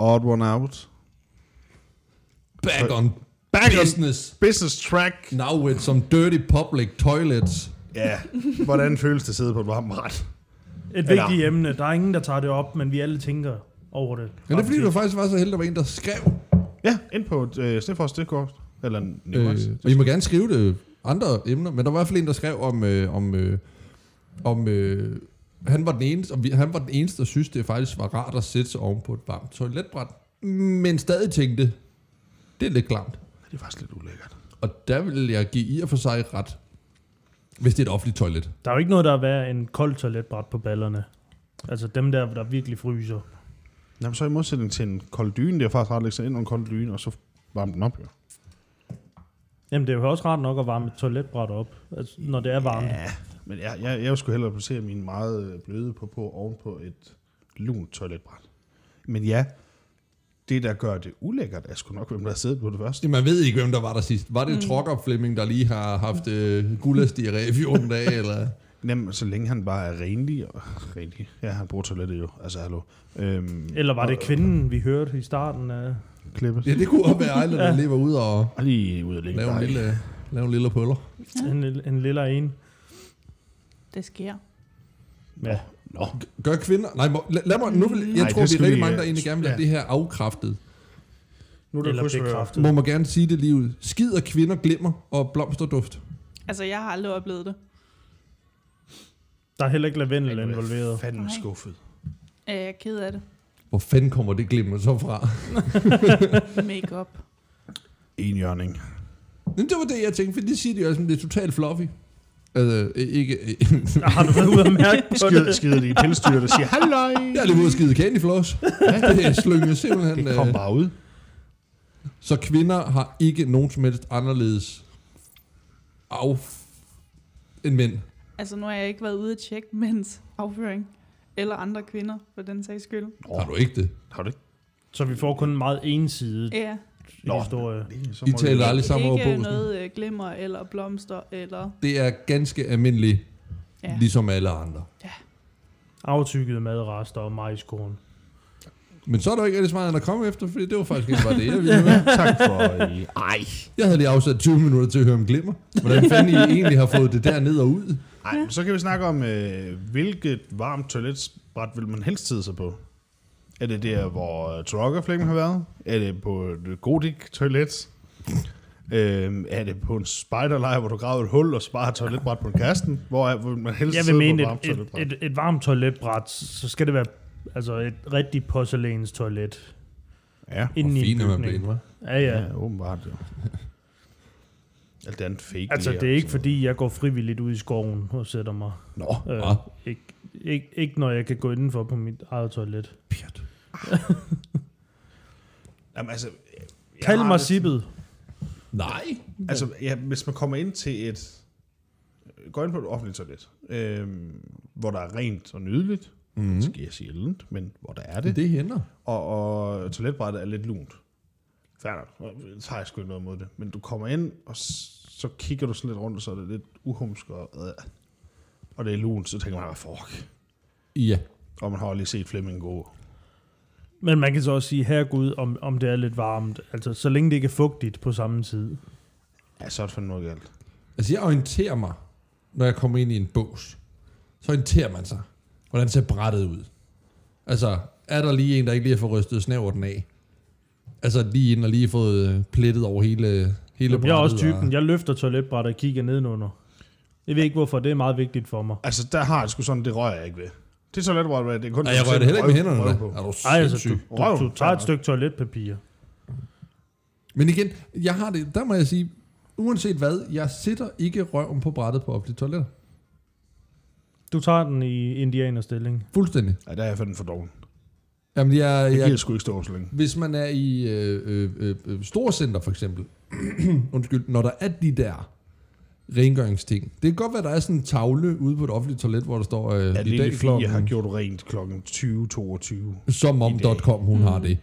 Odd one out. Back on business track. now with some dirty public toilets. Ja, hvordan føles det at sidde på et varmt bræt? Et vigtigt emne. Der er ingen, der tager det op, men vi alle tænker over det. Men det er fordi, du faktisk var så heldig, der var en, der skrev. Ja, ind på Snefors.dk. Eller Nimax. Og I må gerne skrive det andre emner, men der var i hvert fald en, der skrev om han var den eneste, der synes, det faktisk var rart at sætte sig oven på et varmt toiletbræt, men stadig tænkte, det er lidt klamt. Det er faktisk lidt ulækkert. Og der vil jeg give i og for sig ret, hvis det er et offentligt toilet. Der er jo ikke noget, der er værd en kold toiletbræt på ballerne. Altså dem der virkelig fryser. Jamen så i modsætning til en kold dyne, det er faktisk ret at lægge sig ind under en kold dyne, og så varme den op, jo. Jamen det er jo også rart nok at varme et toiletbræt op, altså, når det er varmt. Ja, men jeg skulle hellere placere mine meget bløde på oven på et lunt toiletbræt. Men ja, det der gør det ulækkert, er sgu nok, hvem der har siddet på det første. Man ved ikke, hvem der var der sidst. Var det Trokker Flemming, der lige har haft gulasdiarré i 14 dage, eller? Jamen, så længe han bare er renlig. Ja, han bruger toilettet jo. Altså, hallo. Eller var det kvinden, vi hørte i starten af klippet? Ja, det kunne også være Ejler, der lige var ude og lige ud og lave en lille pøller. Ja. En lille en. Det sker. Ja. Nå. Gør kvinder... Nej, lad mig... Nu vil, jeg tror, det er rigtig mange, der egentlig gerne vil have det her afkræftet. Nu er det bekræftet. Må man gerne sige det lige ud. Skider, kvinder, glimmer og blomsterduft. Altså, jeg har aldrig oplevet det. Der er heller ikke lavendel involveret. Fanden skuffet. Jeg er ked af det. Hvor fanden kommer det glimmer så fra? Make-up. Enhjørning. Men det var det, jeg tænkte, for det siger de jo, det er totalt fluffy. Ikke... Har du været ude at mærke på det? Skider de i tilstyret, der siger, halløj! Jeg er lige ude at skide candyfloss. Ja, det er slynget simpelthen... Det kom bare ud. Så kvinder har ikke nogen som helst anderledes end mænd. Altså, nu har jeg ikke været ude at tjekke mænds afføring. Eller andre kvinder, for den sags skyld. Har du ikke det? Har du ikke? Så vi får kun en meget ensidig historie. I taler aldrig sammen over båsen. Ikke noget glimmer eller blomster eller... Det er ganske almindeligt, ligesom alle andre. Ja. Aftykkede madrester og majskorn. Men så er der ikke rigtig så meget, end at komme efter, fordi det var faktisk ikke bare det, jeg ville høre. Tak for... Jeg havde lige afsat 20 minutter til at høre om glimmer. Hvordan fanden I egentlig har fået det der ned og ud? Nej, så kan vi snakke om, hvilket varmt toiletbræt vil man helst sidde sig på. Er det der, hvor Trocker Flemming har været? Er det på et Godik-toilet? Er det på en spejderlejr, hvor du graver et hul og sparer toiletbræt på en kasten? Hvor vil man helst sidde på et varmt toiletbræt? Et varmt toiletbræt, så skal det være altså et rigtigt porcelænstoilet. Ja, inden i en bygning. Ja, åbenbart jo. Alt andet fake. Altså det er ikke fordi, jeg går frivilligt ud i skoven og sætter mig. Nå. Ikke når jeg kan gå indenfor på mit eget toilet. Pjat. Jamen altså... Kald mig sippet. Nej. Altså, hvis man kommer ind til et... Går ind på et offentligt toilet, hvor der er rent og nydeligt, det skal jeg sige sjældent, men hvor der er det. Det hænder. Og toiletbrættet er lidt lunt. Færdigt. Så har jeg sgu ikke noget mod det. Men du kommer ind, og så kigger du sådan lidt rundt, og så er det lidt uhumsk, og det er lunt, så tænker man, fuck. Ja. Og man har lige set Flemming gå. Men man kan så også sige, herregud, om det er lidt varmt. Altså, så længe det ikke er fugtigt på samme tid. Ja, så er det fandme noget galt. Altså, jeg orienterer mig, når jeg kommer ind i en bås. Så orienterer man sig. Hvordan ser brættet ud? Altså, er der lige en, der ikke lige har fået rystet snæverten af? Altså, lige inden og lige fået plettet over hele brættet. Jeg er også typen, jeg løfter toiletbrættet og kigger nedenunder. Jeg ved ikke hvorfor, det er meget vigtigt for mig. Altså, der har jeg sgu sådan, det rører jeg ikke ved. Det er toiletbrættet, det er kun... Nej, jeg rører det heller ikke med hænderne. Er du altså, du tager et stykke toiletpapir. Men igen, jeg har det, der må jeg sige, uanset hvad, jeg sætter ikke røven på brættet på offentlige toiletter. Du tager den i indianerstilling. Fuldstændig. Ja, der er jeg fandme for doven. Jamen, jeg giver sgu ikke stå så længe. Hvis man er i Storcenter for eksempel, undskyld, når der er de der rengøringsting. Det kan godt være, der er sådan en tavle ude på et offentligt toilet, hvor der står... Ja, det er fordi, jeg har gjort rent klokken 20.22. Som om.com, hun har det.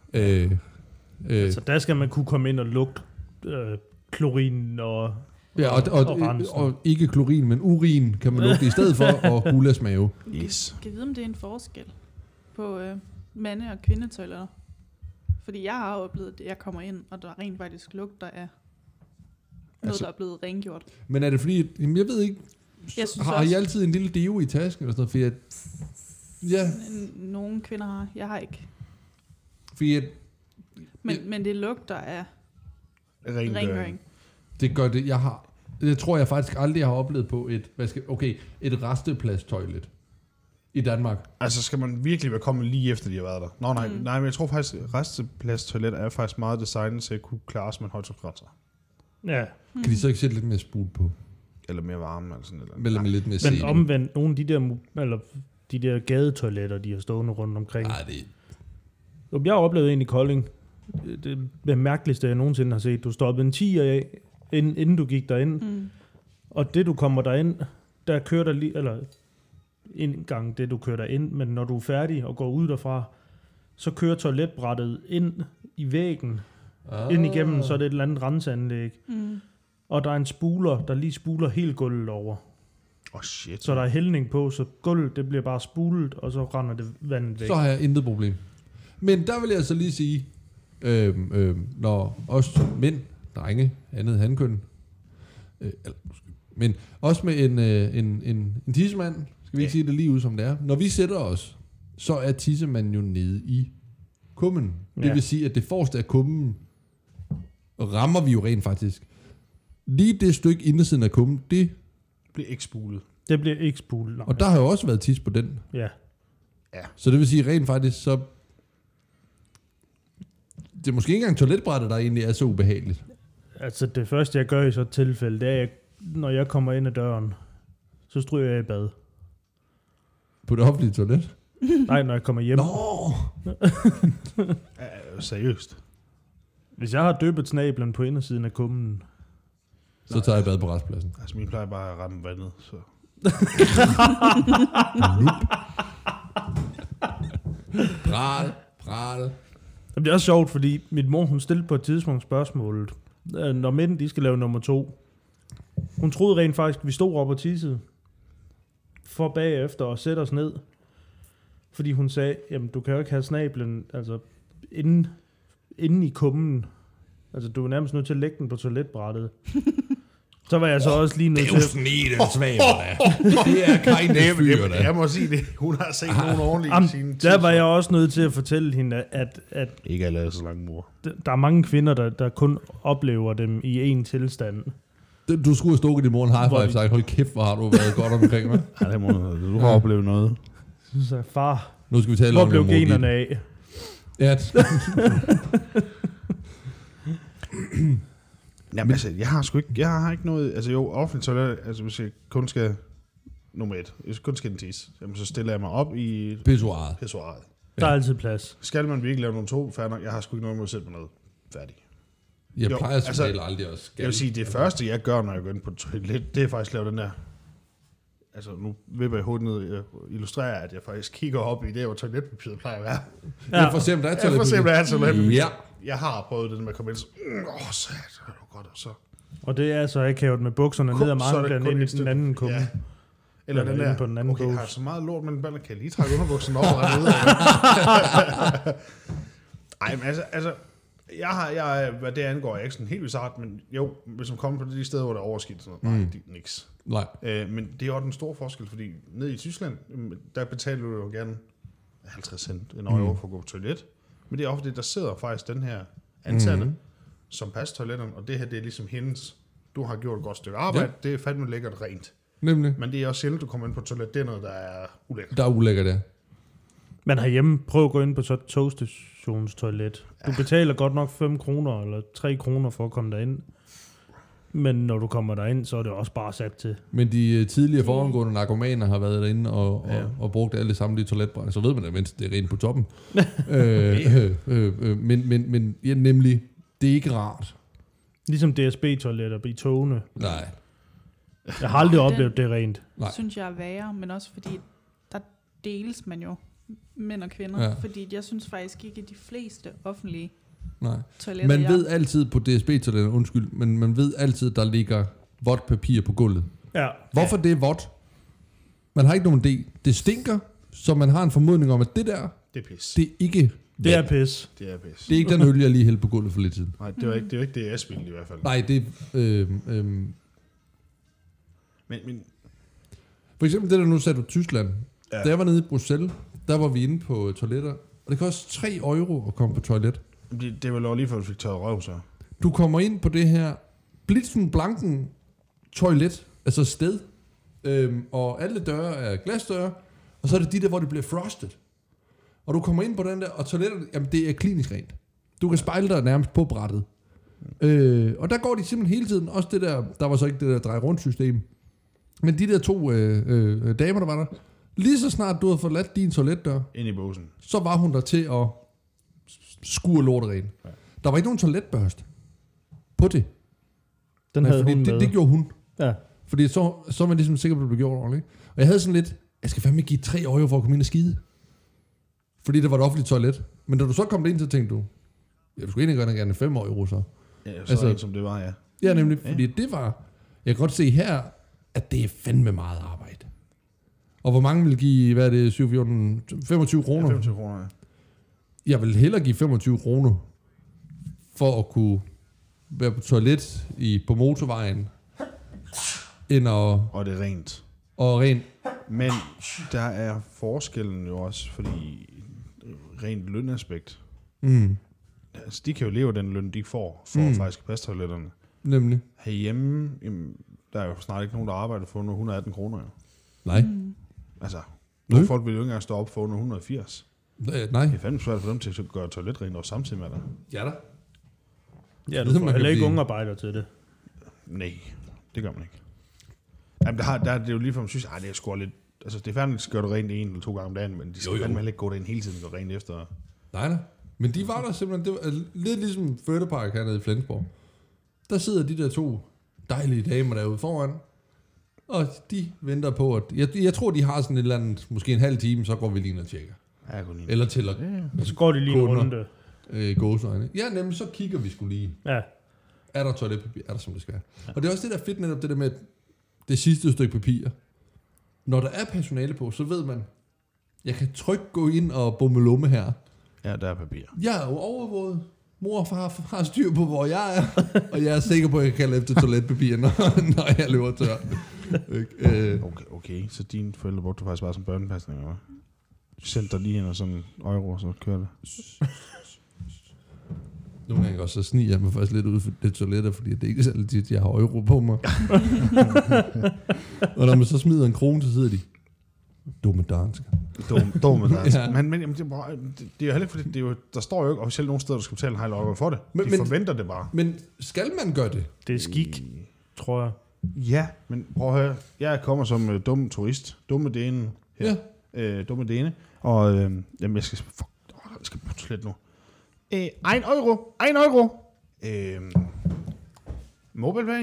Så der skal man kunne komme ind og lugte klorin og... Ja, og ikke klorin, men urin kan man lugte i stedet for, og gulasmave. Yes. Kan jeg vide, om det er en forskel på mande- og kvindetoiletter? Fordi jeg har oplevet, at jeg kommer ind, og der rent faktisk lugter af noget, der er blevet rengjort. Men er det fordi, jamen jeg ved ikke, Jeg synes har I altid en lille deo i tasken eller sådan noget? Fordi at, ja, Nogle kvinder har. Jeg har ikke. fordi at, Men det lugter af Rengøring. rengøring. det gør det, det tror jeg faktisk aldrig, jeg har oplevet på et restepladstoilet i Danmark. Altså, skal man virkelig være kommet lige efter, de har været der? Nej, men jeg tror faktisk, at restepladstoilet er faktisk meget designet til at kunne klare sig med en højtryksrenser. Ja, Kan de så ikke sætte lidt mere spul på? Eller mere varme, eller sådan noget. Eller med lidt mere men sæbe? omvendt, nogle af de der gadetoiletter, de har stående rundt omkring. Nej, det Jeg har oplevet en i Kolding. Det mærkeligste, jeg nogensinde har set. Du stoppede en 10'er af, inden du gik derind. Og det, du kommer derind, der kører der lige, eller en gang det, du kører derind, men når du er færdig og går ud derfra, så kører toiletbrættet ind i væggen. Ind igennem, så er det et eller andet renseanlæg. Og der er en spuler, der lige spuler hele gulvet over. Shit. Så der er hældning på, så gulvet det bliver bare spulet, og så render det vandet væk. Så har jeg intet problem. Men der vil jeg så lige sige, når os mænd, drenge, andet hankøn, men også med en tissemand, skal vi ikke sige det lige ud som det er. Når vi sætter os, så er tissemanden jo nede i kummen. Det vil sige, at det forreste af kummen rammer vi jo rent faktisk. Lige det stykke indersiden af kummen, det bliver ikke spulet. Det bliver ikke spulet. Og der har jo også været tis på den. Ja. Så det vil sige rent faktisk, så det er måske ikke engang toiletbrættet, der egentlig er så ubehageligt. Altså det første, jeg gør i så et tilfælde, det er, når jeg kommer ind ad døren, så stryger jeg i bad. På det offentlige toilet? Nej, når jeg kommer hjem. Seriøst. Hvis jeg har døbet snablen på indersiden af kummen, Så tager jeg bad på restpladsen. Altså, min plejer bare at ramme vandet, så... Pral. det er også sjovt, fordi mit mor, hun stillede på et tidspunkt spørgsmålet, når mænd, de skal lave nummer 2. Hun troede rent faktisk, at vi stod op og tissede, for bagefter at sætte os ned. Fordi hun sagde, jamen du kan jo ikke have snablen, altså inde i kummen. Altså du er nærmest nødt til at lægge den på toiletbrættet. Så var jeg så også lige nødt til... Det er jo snit, den svager, det er Kajnes fyr, Jeg må sige det. Hun har set nogen ordentligt i sine der var jeg også nødt til at fortælle hende, at ikke alle er så lange mor. der er mange kvinder, der kun oplever dem i en tilstand. Du skulle have stukket din mor en high five og sagt, hold kæft, hvor har du været godt omkring mig. Ja, det må du har oplevet noget. Så far, Nu skal vi tale hvor om blev det. generne af? Ja, Jamen altså, jeg har ikke noget, altså jo, offentligt toilet, altså hvis jeg kun skal, nummer 1, hvis jeg kun skal en tis, jamen så stiller jeg mig op i pissoiret. Der er altid plads. Skal man virkelig lave nogle 2, fair nok, jeg har sgu ikke noget med at sætte mig noget. Færdig. Jeg Jo, plejer som altså, regel aldrig også. Jeg vil sige, det første jeg gør, når jeg går ind på toilet, det er faktisk at lave den der, altså nu vipper jeg hovedet ned og illustrerer, at jeg faktisk kigger op i det, hvor toiletpapiret plejer at være. Ja, for eksempel, der er Ja, for eksempel er toiletpapir. Ja. Jeg har prøvet det med at komme ind, så, sat, det var godt, og så. Og det er så akavet med bukserne ned ad magen ind i den anden kumme. Ja. Eller den der, på den anden okay, jeg bog. har så meget lort mellem ballerne, kan jeg lige trække underbukserne over og ud af. Ej, men altså jeg, hvad det angår, jeg er ikke sådan helt bizarrt, men jo, hvis man kommer på de steder, hvor der er overskidt, sådan noget, nej, niks. Nej. Men det er jo den store forskel, fordi ned i Tyskland, der betaler du jo gerne 50 cent en euro for at gå på toilet. Men det er ofte det, der sidder faktisk den her ansatte, som passer toiletterne, og det her, det er ligesom hendes. Du har gjort et godt stykke arbejde, det er fandme lækkert rent. Nemlig. Men det er også sjældent, du kommer ind på toilet, det er noget, der er ulækkert. Der er ulækkert, ja. Men herhjemme, prøv at gå ind på så et togstationstoilet. Du betaler godt nok 5 kroner eller 3 kroner for at komme derind. Men når du kommer derind, så er det også bare sat til. Men de tidligere forangående narkomaner har været derinde og brugt alle samtlige toiletbrænder, så ved man, at det er rent på toppen. Men ja, nemlig, det er ikke rart. Ligesom DSB-toiletter i togene. Nej. Jeg har aldrig oplevet det rent. Nej. Synes jeg er værre, men også fordi, der deles man jo mænd og kvinder. Ja. Fordi jeg synes faktisk ikke, at de fleste offentlige Nej. toiletter... Man ved altid på DSB-toiletter, men man ved altid, der ligger vådt papir på gulvet. Ja. Hvorfor det er vådt? Man har ikke nogen idé. Det stinker, så man har en formodning om, at det der, Det er pis. det er ikke Det er pis. Det er pis. Det er ikke den øl, jeg lige hældte på gulvet for lidt siden. Nej, det var ikke det, jeg spillede i hvert fald. Nej, det Men for eksempel det, der nu sagde du Tyskland. Ja. Da jeg var nede i Bruxelles, der var vi inde på toiletter, og det koster 3 euro at komme på toilet. det var lov lige før, du fik tørret røv, så. Du kommer ind på det her Blitzen Blanken toilet, altså sted, og alle døre er glasdøre, og så er det de der, hvor det bliver frosted. Og du kommer ind på den der, og toilettet, jamen det er klinisk rent. Du kan spejle dig nærmest på brættet. Og der går de simpelthen hele tiden, også det der var så ikke det der drej rundt system, men de der 2 damer, der var der, lige så snart du havde forladt din toiletdør, Ind i båsen. så var hun der til at skure lortet rent. Ja. Der var ikke nogen toiletbørste på det. Den Nej, havde fordi hun med. det gjorde hun. Ja. Fordi så var man ligesom sikker på, at det blev gjort ordentligt. Og jeg havde sådan lidt, jeg skal fandme give 3 euro for at komme ind og skide. Fordi det var et offentligt toilet. Men da du så kom ind, så tænkte du, ja, du skulle egentlig gerne 5 euro så. Ja, så Altså- altså, som det var, ja. Ja, nemlig, fordi det var, jeg kan godt se her, at det er fandme meget arbejde. Og hvor mange vil give, hvad er det, 25 kroner? Ja, 25 kroner, ja. Jeg vil hellere give 25 kroner for at kunne være på toilet på motorvejen, end at Og det er rent. og rent. Men der er forskellen jo også, fordi rent lønaspekt. Altså, de kan jo leve af den løn, de får, for faktisk passe toiletterne. Nemlig. Herhjemme, jamen, der er jo snart ikke nogen, der arbejder for under 118 kroner. Jo. Nej. Altså, Nej. nogle folk vil jo ikke engang stå op for under 180. Nej. Det er fandme svært for dem til at gøre toiletrent og samtidig med dig. Ja da. Ja, du Ligesom får man heller kan ikke blive- unge arbejder til det. Nej, det gør man ikke. Jamen, der er det jo lige for, man synes, det er sgu lidt... Altså, det er færdigt, at de skal gøre det rent 1 eller 2 gange om dagen, men de skal Jo. fandme heller ikke gå derind hele tiden og gøre rent efter. Nej da. Men de var der simpelthen, det var lidt ligesom Fødepark hernede i Flensborg. Der sidder de der 2 dejlige damer derude foran, og de venter på, at... Jeg tror, de har sådan et eller andet, måske en halv time, så går vi lige ind og tjekker. Ja, kun Eller til at Så går de lige en Kunder. runde. gåsøjne. Ja, nemlig, så kigger vi skulle lige. Ja. Er der toiletpapir? Er der, som det skal være? Ja. Og det er også det, der er fedt netop, det der med det sidste stykke papir. Når der er personale på, så ved man, jeg kan trygt gå ind og bummelumme her. Ja, der er papir. Jeg er jo overvåget. Mor og far har styr på, hvor jeg er. Og jeg er sikker på, at jeg kan kalde efter toiletpapir, når jeg løber tør. Okay, så dine forældre brugte faktisk bare som børnepasning, eller hvad? De sendte dig lige ind og sådan en euro, så kører det. Nogle gange også, så sniger jeg mig faktisk lidt ud for det toiletter, fordi det er ikke særlig tit, jeg har euro på mig. Og når man så smider en krone, så sidder de, dumme dansker. Dumme der. Ja. Ja. Men jamen, det er jo heller ikke, fordi det er jo, der står jo ikke officielt nogen steder, du skal betale en halv euro for det. De forventer det bare. Men skal man gøre det? Det er skik, tror jeg. Ja, men prøv at høre. Jeg kommer som dum turist. Dumme dene her. Ja. Dumme dene. Og jamen, jeg skal slet nu. 1 euro. 1 euro. MobilePay?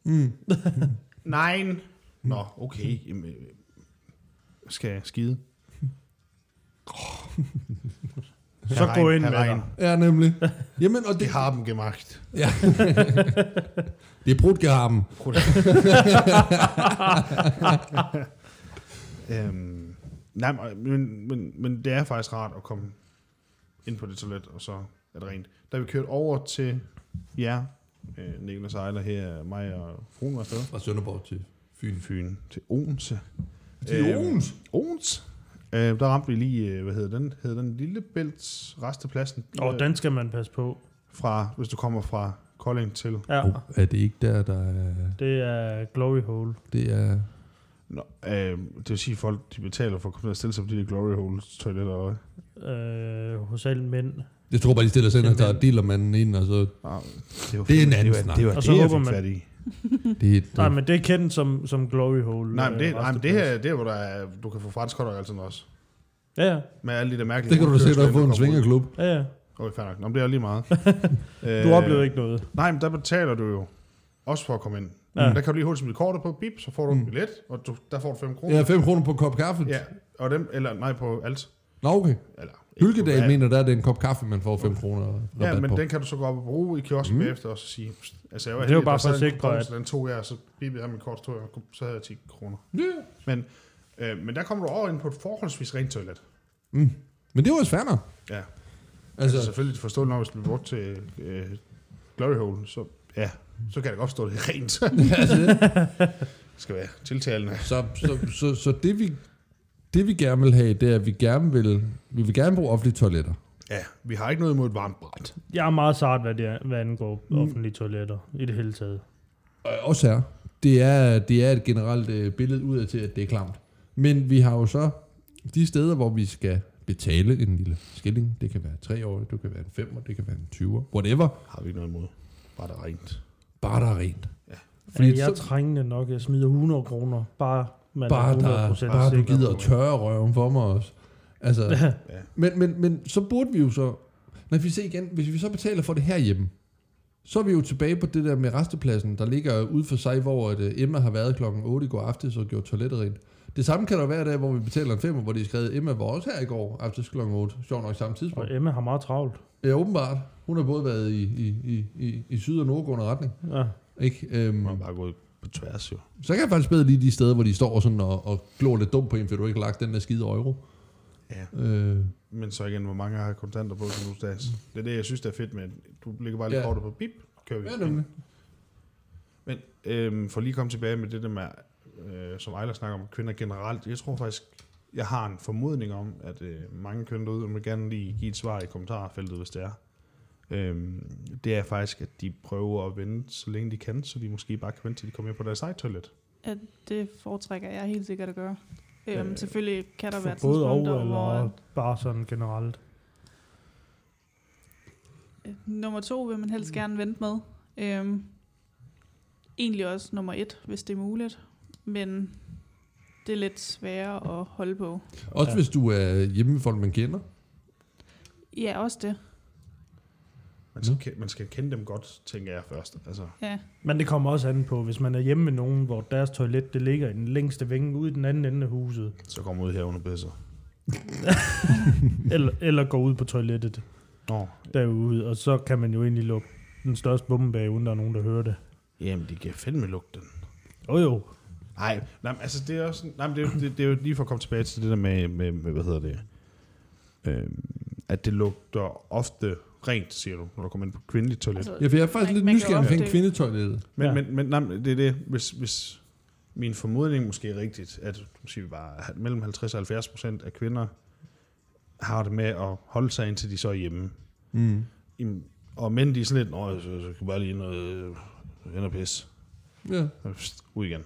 Nej. Nå, okay. Jamen, skal jeg skide? Så gå ind med dig. Ja, nemlig. Jamen, og Det det, har dem gemacht. ja. Det er brudgeharmen. Nej, men det er faktisk rart at komme ind på det toilet, og så er det rent. Da vi kørte over til jer, Niklas Ejler her, mig og fruen var afsted. Fra Sønderborg til Fyn. Til Odense. Til Odense? Odense. Der ramte vi lige, hvad hedder den? Hedder den Lillebælts restepladsen? Og den skal man passe på. Fra, hvis du kommer fra Kolding til... Ja, Er det ikke der er... det er Glory Hole. Det er... Nå, det vil sige, at folk de betaler for at komme ned og stille sig på de der Glory Holes toiletter. Hos alle mænd. Jeg tror bare, de stiller sig ind og tager dealermanden ind, og så... Det er en anden snak. Det var Og så det, jeg håber fik man- fat i. Nej, men det er kendt som Glory Hole. Nej, men det her, det er, hvor der er, du kan få franskhold og alt sådan også. Ja, ja. Med alle de der mærkelige... Det kan du da sætte op på en rundkørsler, svingerklub. Ja, ja. Okay, fair nok. Nå, men det er lige meget. Du oplevede ikke noget. Nej, men der betaler du jo også for at komme ind. Ja. Ja. Der kan du lige hurtigt smide kortet på, bip, så får du en billet, og der får du 5 kroner. Ja, 5 kroner på en kop kaffe. Ja, og dem, eller nej, på alt. Nå, okay. Eller, ikke Hylkedal på- mener, der er det en kop kaffe, man får 5 kroner Ja, rabat men på. den kan du så gå op og bruge i kiosken bagefter og så sige... Altså, jeg var Det er jo heldig, bare der for at sad en sikre, kupon, at- så den tog jeg, og så bippede jeg mit kort, så havde jeg 10 kroner. Ja. Men der kommer du over ind på et forholdsvis rent toilet. Men det var jo fair nok. Ja. Altså selvfølgelig forståeligt nok, hvis det bliver brugt til glory hole, så kan det godt stå det rent. Det skal være tiltalende. Så det vi gerne vil have, det er, at vi vil gerne bruge offentlige toiletter. Ja, vi har ikke noget imod et varmt bræt. Jeg er meget sart, hvad angår offentlige toiletter i det hele taget. Også her. Det er et generelt billede ud af til, at det er klamt. Men vi har jo så de steder, hvor vi skal betale en lille skilling. Det kan være 3 år, det kan være en 5 år, det kan være en 20 år. Whatever. Har vi ikke noget imod. Bare der er rent. Bare der er rent. Ja. Fordi jeg er trængende nok. Jeg smider 100 kroner. Bare du gider at tørre røven for mig også. Altså, men så burde vi jo så... Hvis vi så betaler for det herhjemme, så er vi jo tilbage på det der med restepladsen, der ligger ude for sig, hvor Emma har været klokken 8 i går aftes og gjort toilettet rent. Det samme kan der være der, hvor vi betaler en 5, hvor de er skrevet, Emma var også her i går aftes klokken 8. Sjovt nok samme tidspunkt. Og Emma har meget travlt. Ja, åbenbart. Hun har både været i syd- og nordgående retning. Ja. Ikke? Man har bare gået på tværs jo. Så kan jeg faktisk bedre lige de steder, hvor de står sådan og glor lidt dumt på en, for du ikke har lagt den der skide euro. Ja. Men så igen, hvor mange har kontanter på til nu dags. Det er det, jeg synes, der er fedt med. Du ligger bare lidt kortet på bip, kører vi. Ja, nemlig. Men for lige at komme tilbage med det der med, som Ejler snakker om, kvinder generelt. Jeg tror faktisk, jeg har en formodning om, at mange kvinder derude, og vil gerne lige give et svar i kommentarfeltet, hvis det er. Det er faktisk, at de prøver at vente, så længe de kan, så de måske bare kan vente, til de kommer ind på deres eget toilet. Ja, det foretrækker jeg helt sikkert at gøre. Selvfølgelig kan der være både tidspunkter, og, hvor... eller bare sådan generelt. Nummer 2 vil man helst gerne vente med. Egentlig også nummer 1, hvis det er muligt. Men det er lidt sværere at holde på. Også hvis du er hjemme med folk, man kender. Ja, også det. Man skal kende dem godt, tænker jeg først. Altså. Ja. Men det kommer også an på, hvis man er hjemme med nogen, hvor deres toilet det ligger i den længste vinge ude i den anden ende af huset. Så kommer ud her under bedser. eller går ud på toilettet derude, og så kan man jo egentlig lukke den største bombe bag, uden der er nogen, der hører det. Jamen, de kan fandme lugte den. Jo. Nej, altså det er også... Nej, men det er jo lige for at komme tilbage til det der med hvad hedder det? At det lugter ofte rent, siger du, når du kommer ind på kvindeligt toilet. Altså, Ja, for jeg er faktisk lidt nysgerrig omkring kvindetoilettet. Men det er det, hvis min formodning måske er rigtigt, at siger vi bare, mellem 50 og 70% af kvinder har det med at holde sig indtil de så er hjemme. Mm. Og mænd, de er sådan lidt, så kan bare lige noget hen og pisse. Ja. Ud igen.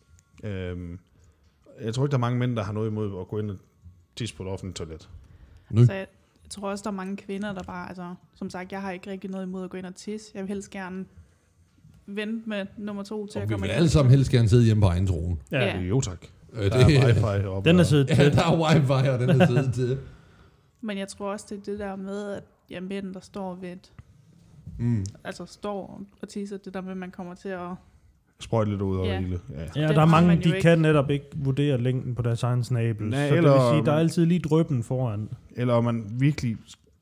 Jeg tror ikke, der er mange mænd, der har noget imod at gå ind og tisse på et offentligt toilet. Så jeg tror også, der er mange kvinder, der bare, altså, som sagt, jeg har ikke rigtig noget imod at gå ind og tisse. Jeg vil helst gerne vente med nummer 2 til Og at vi komme vil ind. alle sammen helst gerne sidde hjemme på egen trone. Ja. Jo tak. Der er wifi oppe. Den er siddet Ja, der er wifi, og den er siddet til. Men jeg tror også, det er det der med, at mænd, der står ved et, altså står og tisser, det der med, at man kommer til at... Sprøjte lidt ud over Ja. hele. Ja. Ja, Det der er har mange, man jo de ikke. kan netop ikke vurdere længden på deres egen snabel. Nej, Så det eller- vil sige, der er altid lige drøben foran. Eller om man virkelig...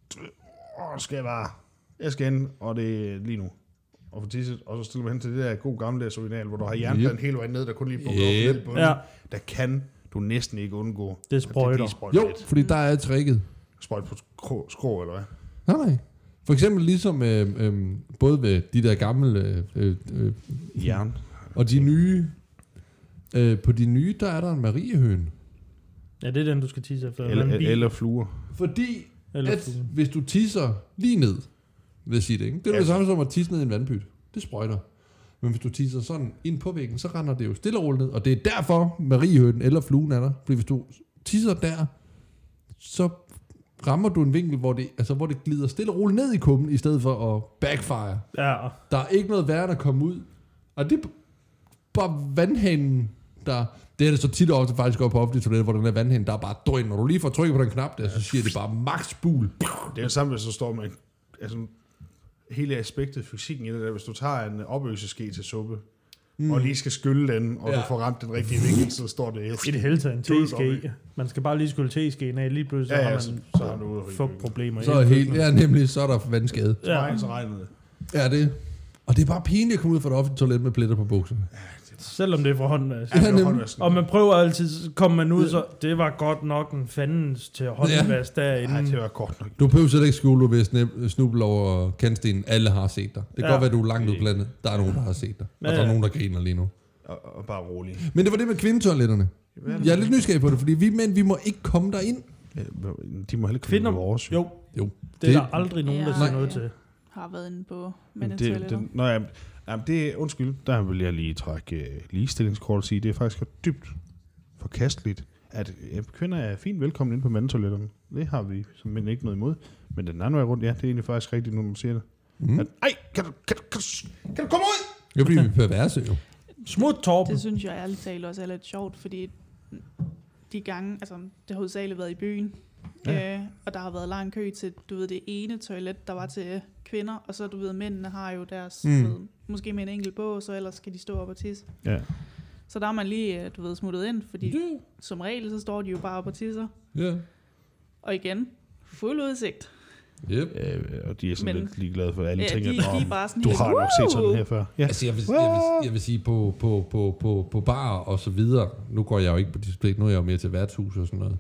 Jeg skal ind, og det er lige nu. Og få tisset, og så stiller man hen til det der god gammeldags original, hvor du har jernpladen hele vejen ned, der kun lige pumper op lidt på den. Ja. Der kan du næsten ikke undgå. Det sprøjter. Jo, fordi der er tricket. Sprøjt på skrå, eller hvad? Nej. For eksempel ligesom både ved de der gamle Jern. og de nye. På de nye, der er der en Mariehøn. Ja, det er den, du skal tisse efter. Eller fluer. Fordi Eller at hvis du tisser lige ned, vil jeg sige det, ikke? Det er det samme som at tisse ned i en vandpyt. Det sprøjter. Men hvis du tisser sådan ind på væggen, så render det jo stille og roligt ned. Og det er derfor Mariehønen eller fluen er der. Fordi hvis du tisser der, så rammer du en vinkel, hvor det glider stille og roligt ned i kummen, i stedet for at backfire. Ja. Der er ikke noget værre, der kommer ud. Og det er bare vandhanen, der... Det er det så tit og ofte faktisk op på offentlige toiletter, hvor den der vandhane, der er bare drøn. Når du lige får trykket på den knap der, så siger det bare max bul. Det er jo samme, hvis du står med hele aspektet fysikken i det der. Hvis du tager en opøseske til suppe, og lige skal skylle den, og du får ramt den rigtige vinkel, så står det... I det hele taget en teske. Man skal bare lige skylle tesken af, lige pludselig så har man fugtproblemer. Så er helt, ja, nemlig, så er der vandskade. Så regner det. Ja, det. Og det er bare pinligt at komme ud fra det offentlige toilet med pletter på bukserne. Selvom det er for hånden. Ja, nemlig. Og man prøver altid, så kommer man ud, så det var godt nok en fandens til håndvask derinde. Nej, det var godt nok. Du behøver slet ikke skjule, du vil snuble over kantstenen. Alle har set dig. Det kan godt være, at du er langt udblandet. Der er nogen, der har set dig. Og der er nogen, der griner lige nu. Og bare rolig. Men det var det med kvindetoiletterne. Jeg er lidt nysgerrig på det, fordi vi mænd, vi må ikke komme derind. Ja, de må heller ikke Kvinder, komme vores. Jo. Det er der aldrig nogen, der siger noget til. Har været inde på mandetoiletter. Det er, undskyld, der vil jeg lige trække ligestillingskort og sige, det er faktisk dybt forkasteligt, at kvinder er fint velkommen inde på mandetoiletterne. Det har vi som mænd ikke noget imod. Men den anden vej rundt, ja, det er egentlig faktisk rigtigt, når man siger det. At, ej, kan du komme ud? Jo, fordi vi er perverse jo. Smut Torben. Det synes jeg ærligt talt også er lidt sjovt, fordi de gange, altså det har hovedsageligt været i byen, og der har været lang kø til, du ved, det ene toilet, der var til kvinder, og så, du ved, mændene har jo deres, ved, måske med en enkelt bås, så ellers skal de stå op og tisse. Ja. Så der er man lige, du ved, smuttet ind, fordi som regel, så står de jo bare op og tisser. Ja. Og igen, fuld udsigt. Yep. Og de er sådan lidt ligeglade for alle ting. De er bare sådan du helt, har nok set sådan her før. Ja. Altså, jeg vil sige, på bar og så videre, nu går jeg jo ikke på display, nu er jeg jo mere til værtshus og sådan noget.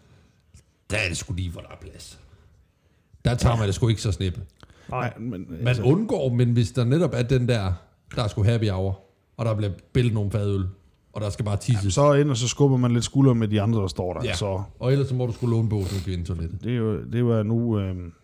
Der er det sgu lige, hvor der er plads. Der tager man det sgu ikke så snippe. Nej, men Man undgår, men hvis der netop er den der er sgu happy hour, og der bliver bæltet nogle fadøl, og der skal bare tisses. så ind, og så skubber man lidt skulder med de andre, der står der. Ja. Så. Og ellers så må du sgu låne båsen i kvindetoilettet. Det var nu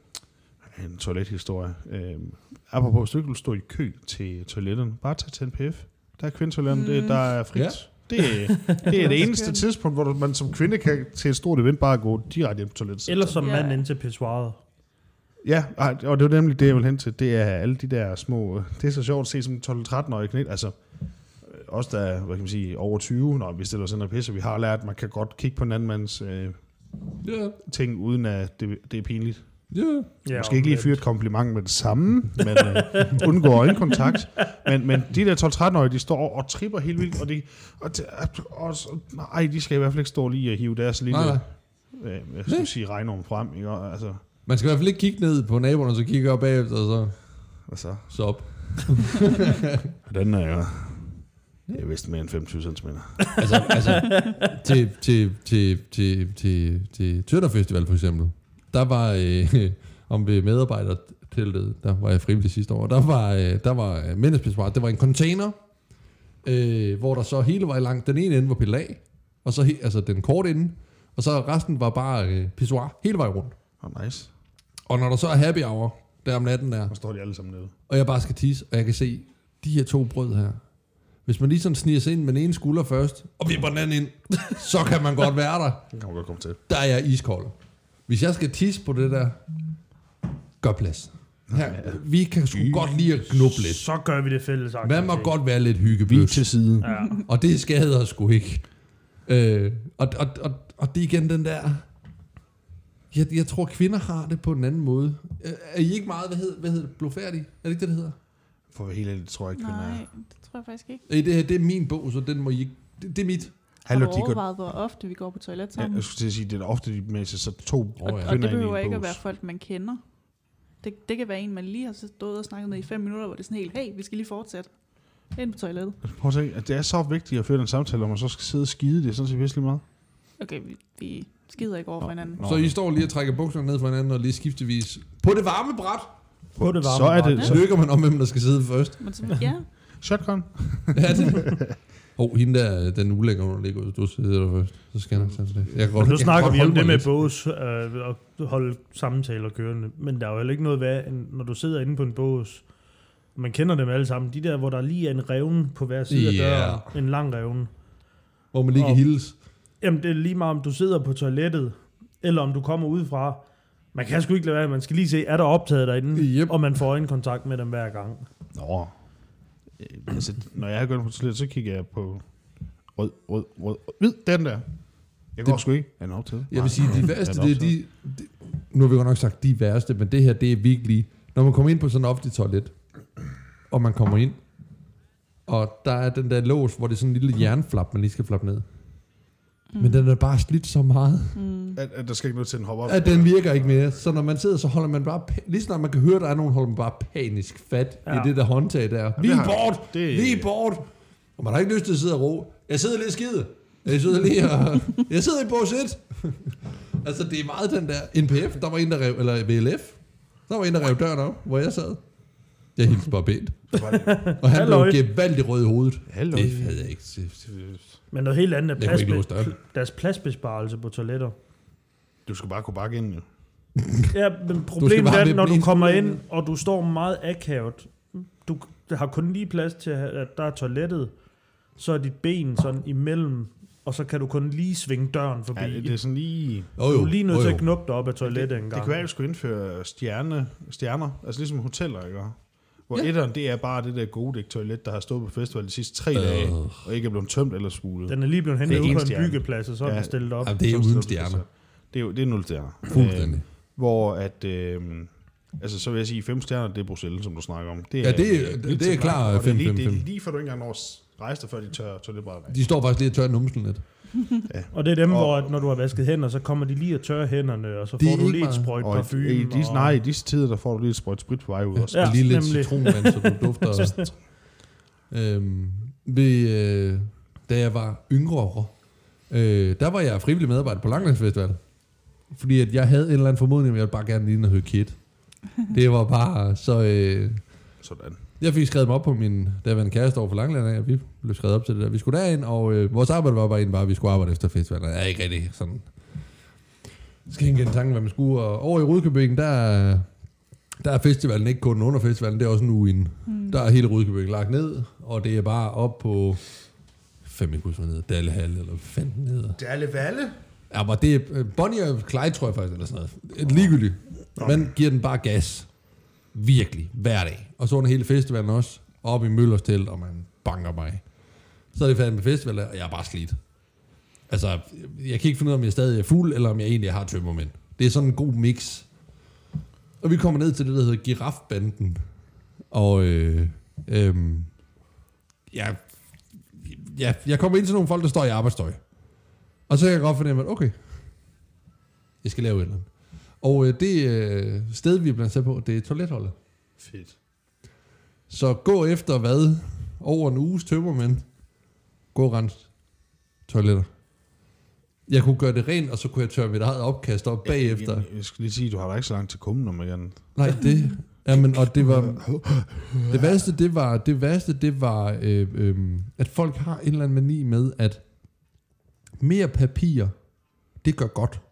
en toilethistorie. Apropos, hvis du ikke vil stå i kø til toiletterne, bare tag til NPF. Der er kvindetoiletterne, der er frit. Ja. Det er det eneste tidspunkt, hvor man som kvinde kan til et stort event bare gå direkte hjem på toilettet. Eller som mand ind til pissoiret. Ja, og det er nemlig det, jeg vil hen til. Det er alle de der små... Det er så sjovt at se som 12-13-årige knæt. Altså, os der er, hvad kan man sige, over 20, når vi stiller os ind og pisser, vi har lært, at man kan godt kigge på en anden mands ting, uden at det er pinligt. Ja. Måske ikke lige fyre et kompliment med det samme, men undgår øjenkontakt. Men de der 12-13-årige, de står og tripper helt vildt, og de skal i hvert fald ikke stå lige og hive deres lille, jeg skal sige, regnorm frem. Ikke? Altså, man skal i hvert fald ikke kigge ned på naboerne, og så kigge op bagefter, og så op. Den er jo... Det er vist mere end 25 cm. altså til Twitter Festival for eksempel, der var om ved medarbejderteltet, der var jeg frivillig sidste år, der var menneskepissoir, det var en container, hvor der så hele vejen langt, den ene ende var pillet af, og så altså den korte ende, og så resten var bare pissoir hele vejen rundt. Nice. Og når der så er happy hour, der om natten der, så står de alle sammen nede. og jeg bare skal tisse, og jeg kan se, de her 2 brød her, hvis man lige sådan sniger sig ind med den ene skulder først, og vipper den anden ind, så kan man godt være der. Det kan man godt komme til. Der er jeg iskold. Hvis jeg skal tisse på det der, gør plads. Her, vi kan sgu godt lide at knuppe lidt. Så gør vi det fælles. Hvad må godt være lidt hyggebøs. Vi til side. Ja. Og det skader sgu ikke. Og det er igen den der... Jeg tror, kvinder har det på en anden måde. Er I ikke meget, hvad hedder det, blodfærdige? Er det ikke det, det hedder? For at være helt ærlig, tror jeg ikke, kvinder er. Nej, det tror jeg faktisk ikke. Det her, det er min bog, så den må I ikke... Det er mit. Har du overvejet, hvor ofte vi går på toilet sammen? Ja, jeg skulle til at sige, det er ofte de med sig så 2 kvinder og det behøver ikke at være folk, man kender. Det kan være en, man lige har stået og snakket med i 5 minutter, hvor det er sådan helt, hey, vi skal lige fortsætte ind på toilettet. Prøv at se, at det er så vigtigt at føre en samtale, om man så skal sidde og skide. Det er sådan set virkelig meget. Okay, vi skider ikke over for hinanden. Så I står lige og trækker bukserne ned for hinanden og lige skiftevis på det varme bræt. På det varme så er det, bræt. Så lykker man om, hvem der skal sidde først. Ja. Shotgun. Ja, det. Hende der, den ulækker under ligger ud, du sidder der først. Så skal jeg nok tage det. Jeg kan godt, nu snakker vi om det med lidt. bås og holde samtaler kørende. Men der er jo heller ikke noget ved, når du sidder inde på en bås, man kender dem alle sammen, de der, hvor der lige er en revne på hver side af døren, en lang revne. Hvor man lige kan hilse. Jamen, det er lige meget, om du sidder på toilettet, eller om du kommer udefra. Man kan sgu ikke lade være, man skal lige se, er der optaget derinde, og man får øjenkontakt med dem hver gang. Nå. Altså, når jeg går på toilettet, så kigger jeg på rød, hvid, den der. Jeg går sgu ikke. Er den optaget? Jeg vil sige, de værste, det er de... Nu har vi godt nok sagt de værste, men det her, det er virkelig... Når man kommer ind på sådan en offentlig toilet, og man kommer ind, og der er den der lås, hvor det er sådan en lille jernflap, man lige skal flappe ned. Men den er bare slidt så meget. At der skal ikke noget til, den hopper op. At den virker ikke mere. Så når man sidder, så holder man bare... Lige snart man kan høre, der er nogen, holder man bare panisk fat i det der håndtag der. Vi er bort! Vi er bort! Og man har ikke lyst til at sidde og ro. Jeg sidder lige skide. Jeg sidder i bås 1. Altså, det er meget den der NPF, der var en, der rev, eller VLF, der var en, der rev døren op, hvor jeg sad. Jeg hilste bare pænt. Og han blev gevaldigt rød i hovedet. Halløj. Det havde jeg ikke. Men noget helt andet Jeg kunne ikke nå deres pladsbesparelse på toiletter. Du skal bare kunne bakke ind, jo. Ja, men problemet bare er, når du blive kommer skudt. ind, og du står meget akavet. Du har kun lige plads til, at der er toilettet. Så er dit ben sådan imellem, og så kan du kun lige svinge døren forbi. Ja, det er sådan lige... Du er lige nødt til at knuppe dig op af toilettet en gang. Det kan være, at vi skulle indføre stjerner, altså ligesom hoteller, ikke? Hvor Ja. etteren, det er bare det der gode toilet, der har stået på festival de sidste 3 dage, og ikke er blevet tømt eller skulet. Den er lige blevet Det hentet er ud en på en stjerne. byggeplads, og så er den stillet op. Jamen, det er uden stjerner. Det er 0 stjerner. Fuldstændig. Hvor at... altså, så vil jeg sige, 5 stjerner, det er Bruxelles, som du snakker om. Ja, det er klar 5-5-5. Det er lige før du ikke engang når rejse dig, før de tør toiletbrættet af. De står faktisk lige og tørrer numsen lidt. Ja. Og det er dem, hvor at når du har vasket hænder, så kommer de lige at tørre hænderne, og så Det er får du ikke lige et meget. sprøjt Og parfume. nej, i disse tider, der får du lige et sprøjt sprit på vej ud også. Ja, Og lige lidt nemlig. citronvand, så du dufter. Da jeg var yngre, der var jeg frivillig medarbejder på Langlandsfestival. Fordi at jeg havde en eller anden formodning, at jeg ville bare gerne lige høre Kid. Det var bare så... Sådan. Jeg fik skrevet mig op på min daværende kæreste over for Langland, og vi blev skrevet op til det der. Vi skulle derind, og vores arbejde var bare at vi skulle arbejde efter festivalen. Jeg er ikke rigtig sådan... Jeg skal ikke en tanke, hvad man skulle. Og over i Rudkøbing, der er festivalen ikke kun under festivalen, det er også en uge inden. Der er hele Rudkøbing lagt ned, og det er bare op på... 5 ikke huske, ned, Dallehalle, eller 15 ned. Dallevalle? Ja, men det er Bonnie og Clyde, tror jeg faktisk, eller sådan noget. Ligegyldigt. Man giver den bare gas. Virkelig. Hver dag. Og så under hele festivalen også. Op i Møllers telt, og man banker mig. Så er det færdigt med festivalen, og jeg er bare slidt. Altså, jeg kan ikke finde ud af, om jeg stadig er fuld, eller om jeg egentlig har tømmermænd. Det er sådan en god mix. Og vi kommer ned til det, der hedder Girafbanden. Og jeg kommer ind til nogle folk, der står i arbejdstøj. Og så kan jeg godt fornemme, at okay, jeg skal lave et eller andet. Og det sted, vi er blandt sat på, det er toiletholdet. Fedt. Så gå efter hvad? Over en uges tømmermænd. Gå og rens toiletter. Jeg kunne gøre det rent, og så kunne jeg tørre mit eget opkast op bagefter. Jeg skal lige sige, du har da ikke så langt til kummen, om igen. Nej, det... Jamen, og det var... Det værste, det var, at folk har en eller anden mani med, at mere papir, det gør godt.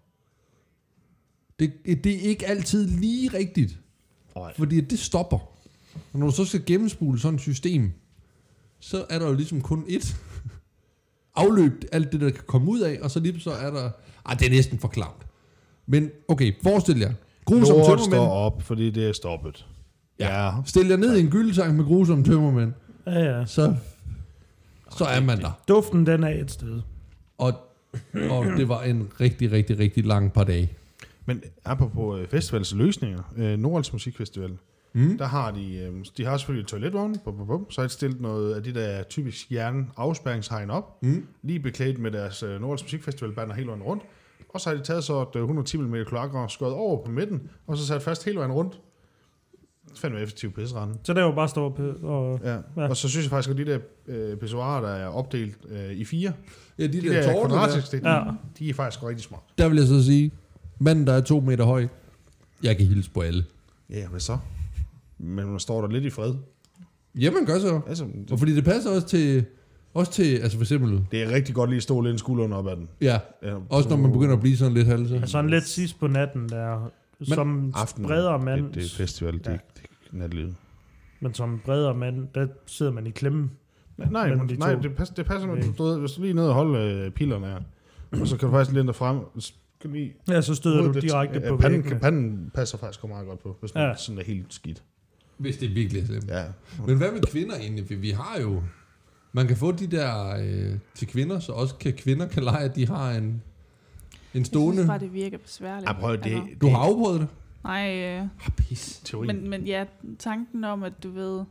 Det er ikke altid lige rigtigt. Fordi det stopper. Og når du så skal gennemspule sådan et system, så er der jo ligesom kun et afløb, alt det der kan komme ud af, og så lige så er der... det er næsten for klamt. Men okay, forestil jer. Grusomme Lort tømmermænd. står op, fordi det er stoppet. Ja. Stil jer ned i en gyldetank med grusomme tømmermænd. Ja. Så er man der. Duften, den er et sted. Og det var en rigtig, rigtig, rigtig lang par dage. Men apropos festivals løsninger, Nordals Musikfestival, der har de har selvfølgelig et toiletvogn, så har de stillet noget af de der typisk afspærringshegn op, lige beklædt med deres Nordals Musikfestival banner hele vejen rundt, og så har de taget så et 110 mm kloakrør skåret over på midten, og så sat fast hele vejen rundt. Det er fandme effektiv pisserende. Så der var bare stå og... Ja. Og så synes jeg faktisk, at de der pissoirer, der er opdelt i 4, Ja, de der tårne kvadratiske, der. de er faktisk rigtig smart. Der vil jeg så sige, manden der er 2 meter høj, jeg kan hilse på alle. Ja, hvad så? Men man står der lidt i fred. Jamen gør så. Altså, Og fordi det passer også til, altså for eksempel, det er rigtig godt lige at stå lidt skulderen op ad den. ja, også når man begynder at blive sådan lidt halse. Sådan lidt sidst på natten, der som Aften, bredere mand. Det er festival, det er ikke natlivet. Men som bredere mand, der sidder man i klemme. Nej, det passer nu. Du ved, hvis du lige er nede og holder pillerne her, og så kan du faktisk linde frem. Ja, så støder du direkte på væggene. Panden passer faktisk meget godt på, hvis man sådan er helt skidt. Hvis det er virkelig slemt. Ja. Men hvad med kvinder egentlig? Vi har jo... Man kan få de der til kvinder, så også kvinder kan lege, at de har en stående... Jeg synes bare, det virker besværligt. Prøv, Du har afprøvet det? Nej, Pis. men ja, tanken om, at du ved...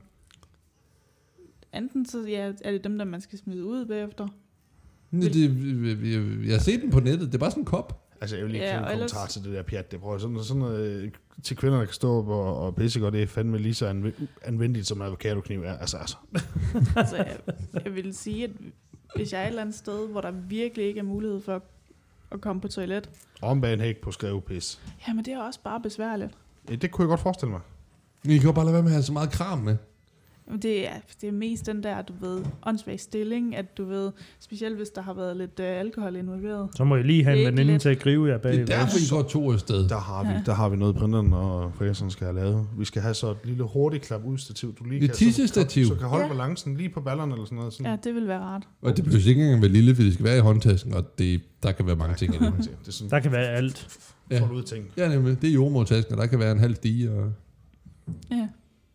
Enten så er det dem, der man skal smide ud bagefter. Jeg har set den på nettet. Det er bare sådan en kop. Altså, jeg vil ikke Ja, finde en og ellers- kommentar til det der pjat. Det prøver sådan noget til kvinder, der kan stå op og pisse godt. Det er fandme lige så anvendeligt, som en avocado-kniv er. Altså. Altså, jeg vil sige, at hvis jeg er et eller andet sted, hvor der virkelig ikke er mulighed for at komme på toilet, Ombag hæk på skrevepis. jamen det er også bare besværligt. Det kunne jeg godt forestille mig. I kan jo bare lade være med at have så meget kram med. Jamen, det er mest den der, du ved, åndssvag stilling, at du ved, specielt hvis der har været lidt alkohol involveret. Så må I lige have en Ikke veninde let. til at gribe jer bag. Det er derfor, I går 2 afsted. Der har vi noget, printeren og fræseren skal have lavet. Vi skal have så et lille hurtigt klap ud stativ. Du lige Et kan, tissestativ. så kan holde Ja. balancen lige på ballerne eller sådan noget. Sådan. Ja, det vil være rart. Og det behøver ikke engang være lille, for det skal være i håndtasken, og der kan være mange ting i det. Det er sådan, Der kan være alt. Ja. folde ud ting. Ja, nemlig. Det er jordmortasken, og der kan være en halv stige. Og... Ja.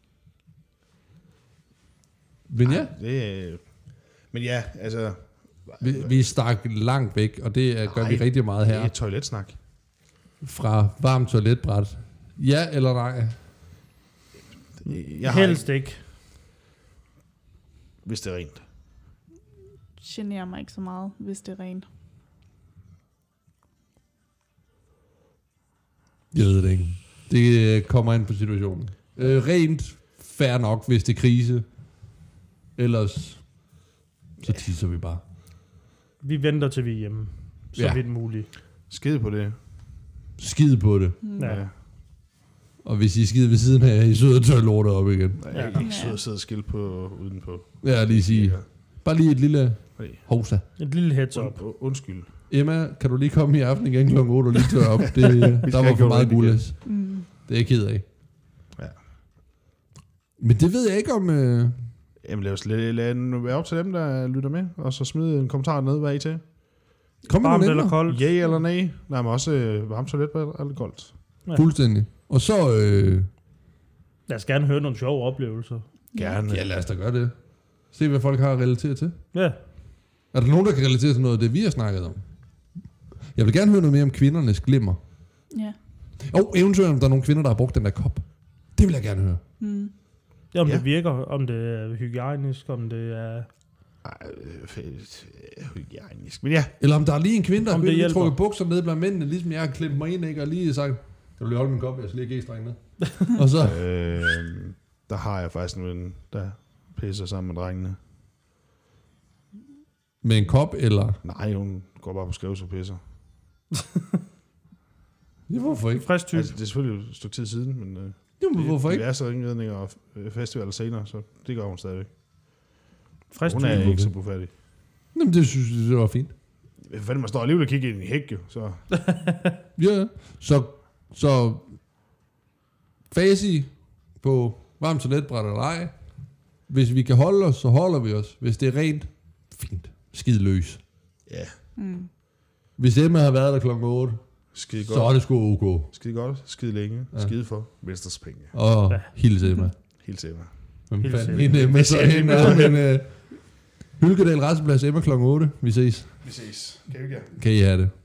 Men ja, Men ja, altså... vi stak langt væk, og det gør vi rigtig meget Det er her. et toiletsnak. Fra varmt toiletbræt. Ja eller nej? Jeg har Helst ikke. hvis det er rent. Generer mig ikke så meget, hvis det er rent. Jeg ved det ikke. Det kommer ind på situationen. Rent, fair nok, hvis det er krise. Ellers, så tisser vi bare. Vi venter til vi er hjemme. Så Ja. vidt muligt. Skide på det. Skid på det. Ja. Og hvis I skider ved siden af, I sidder og tør lortet op igen. Jeg Ja. er ikke sød at sidde og skille på udenpå. Ja, lige sige. Bare lige et lille Hey. hovsa. Et lille heads up. Undskyld. Emma, kan du lige komme i aften igen kl. 8 og lige tørre op? Det, der var have for gjort meget rent igen. gulas. Mm. Det er jeg ked af. Ja. Men det ved jeg ikke om... Jamen lad os være op til dem, der lytter med, og så smide en kommentar ned, hvad er I til? Kom med Varmt nogle eller emner. koldt? Ja eller nej? Nej, men også varmt toilet eller koldt. Ja. Fuldstændig. Og så... Lad os gerne høre nogle sjove oplevelser. Gerne. Ja, lad os da gøre det. Se, hvad folk har at relatere til. Ja. Er der nogen, der kan relatere til noget af det, vi har snakket om? Jeg vil gerne høre noget mere om kvindernes glimmer. Ja. Og eventuelt, om der er nogle kvinder, der har brugt den der kop. Det vil jeg gerne høre. Mm. Ja, om Ja. det virker, om det er hygiejnisk, om det er... Hygiejnisk. Men ja, Eller om der er lige en kvinde, der Om har det lige hjælper. trukket bukser ned blandt mændene, ligesom jeg har klemt mig ind, ikke? Og lige sagt, kan du lige holde min kop, jeg skal lige G-streng ned. Og så... der har jeg faktisk en ven, der pisser sammen med drengene. Med en kop, eller... Nej, hun går bare på skrevet og pisser. Ja, hvorfor ikke? Frisk type. Altså, det er selvfølgelig et stykke tid siden, men Jamen, hvorfor ikke? diverse indledninger og festivaler senere, så det gør hun stadigvæk. Frisk Hun er type. ikke så bufærdig. Jamen, det synes jeg, det var fint. Hvad fanden, man står alligevel og kigger ind i en hæk, jo. Så Ja, så fasi på varmt toiletbræt eller ej. Hvis vi kan holde os, så holder vi os. Hvis det er rent, fint. Skid løs. ja, Mm. Hvis Emma har været der klokken 8, skide så er godt. det sgu ok. Skide godt, skide længe, Ja. skide for Venstres penge. Og Ja. hils Emma. Helt sikkert. Hvem Hils fanden? Emma. Hende Emma, så hende er Hylkedal Resteplads Emma klokken 8. Vi ses. Vi ses. Kan I ikke? Kan I have det.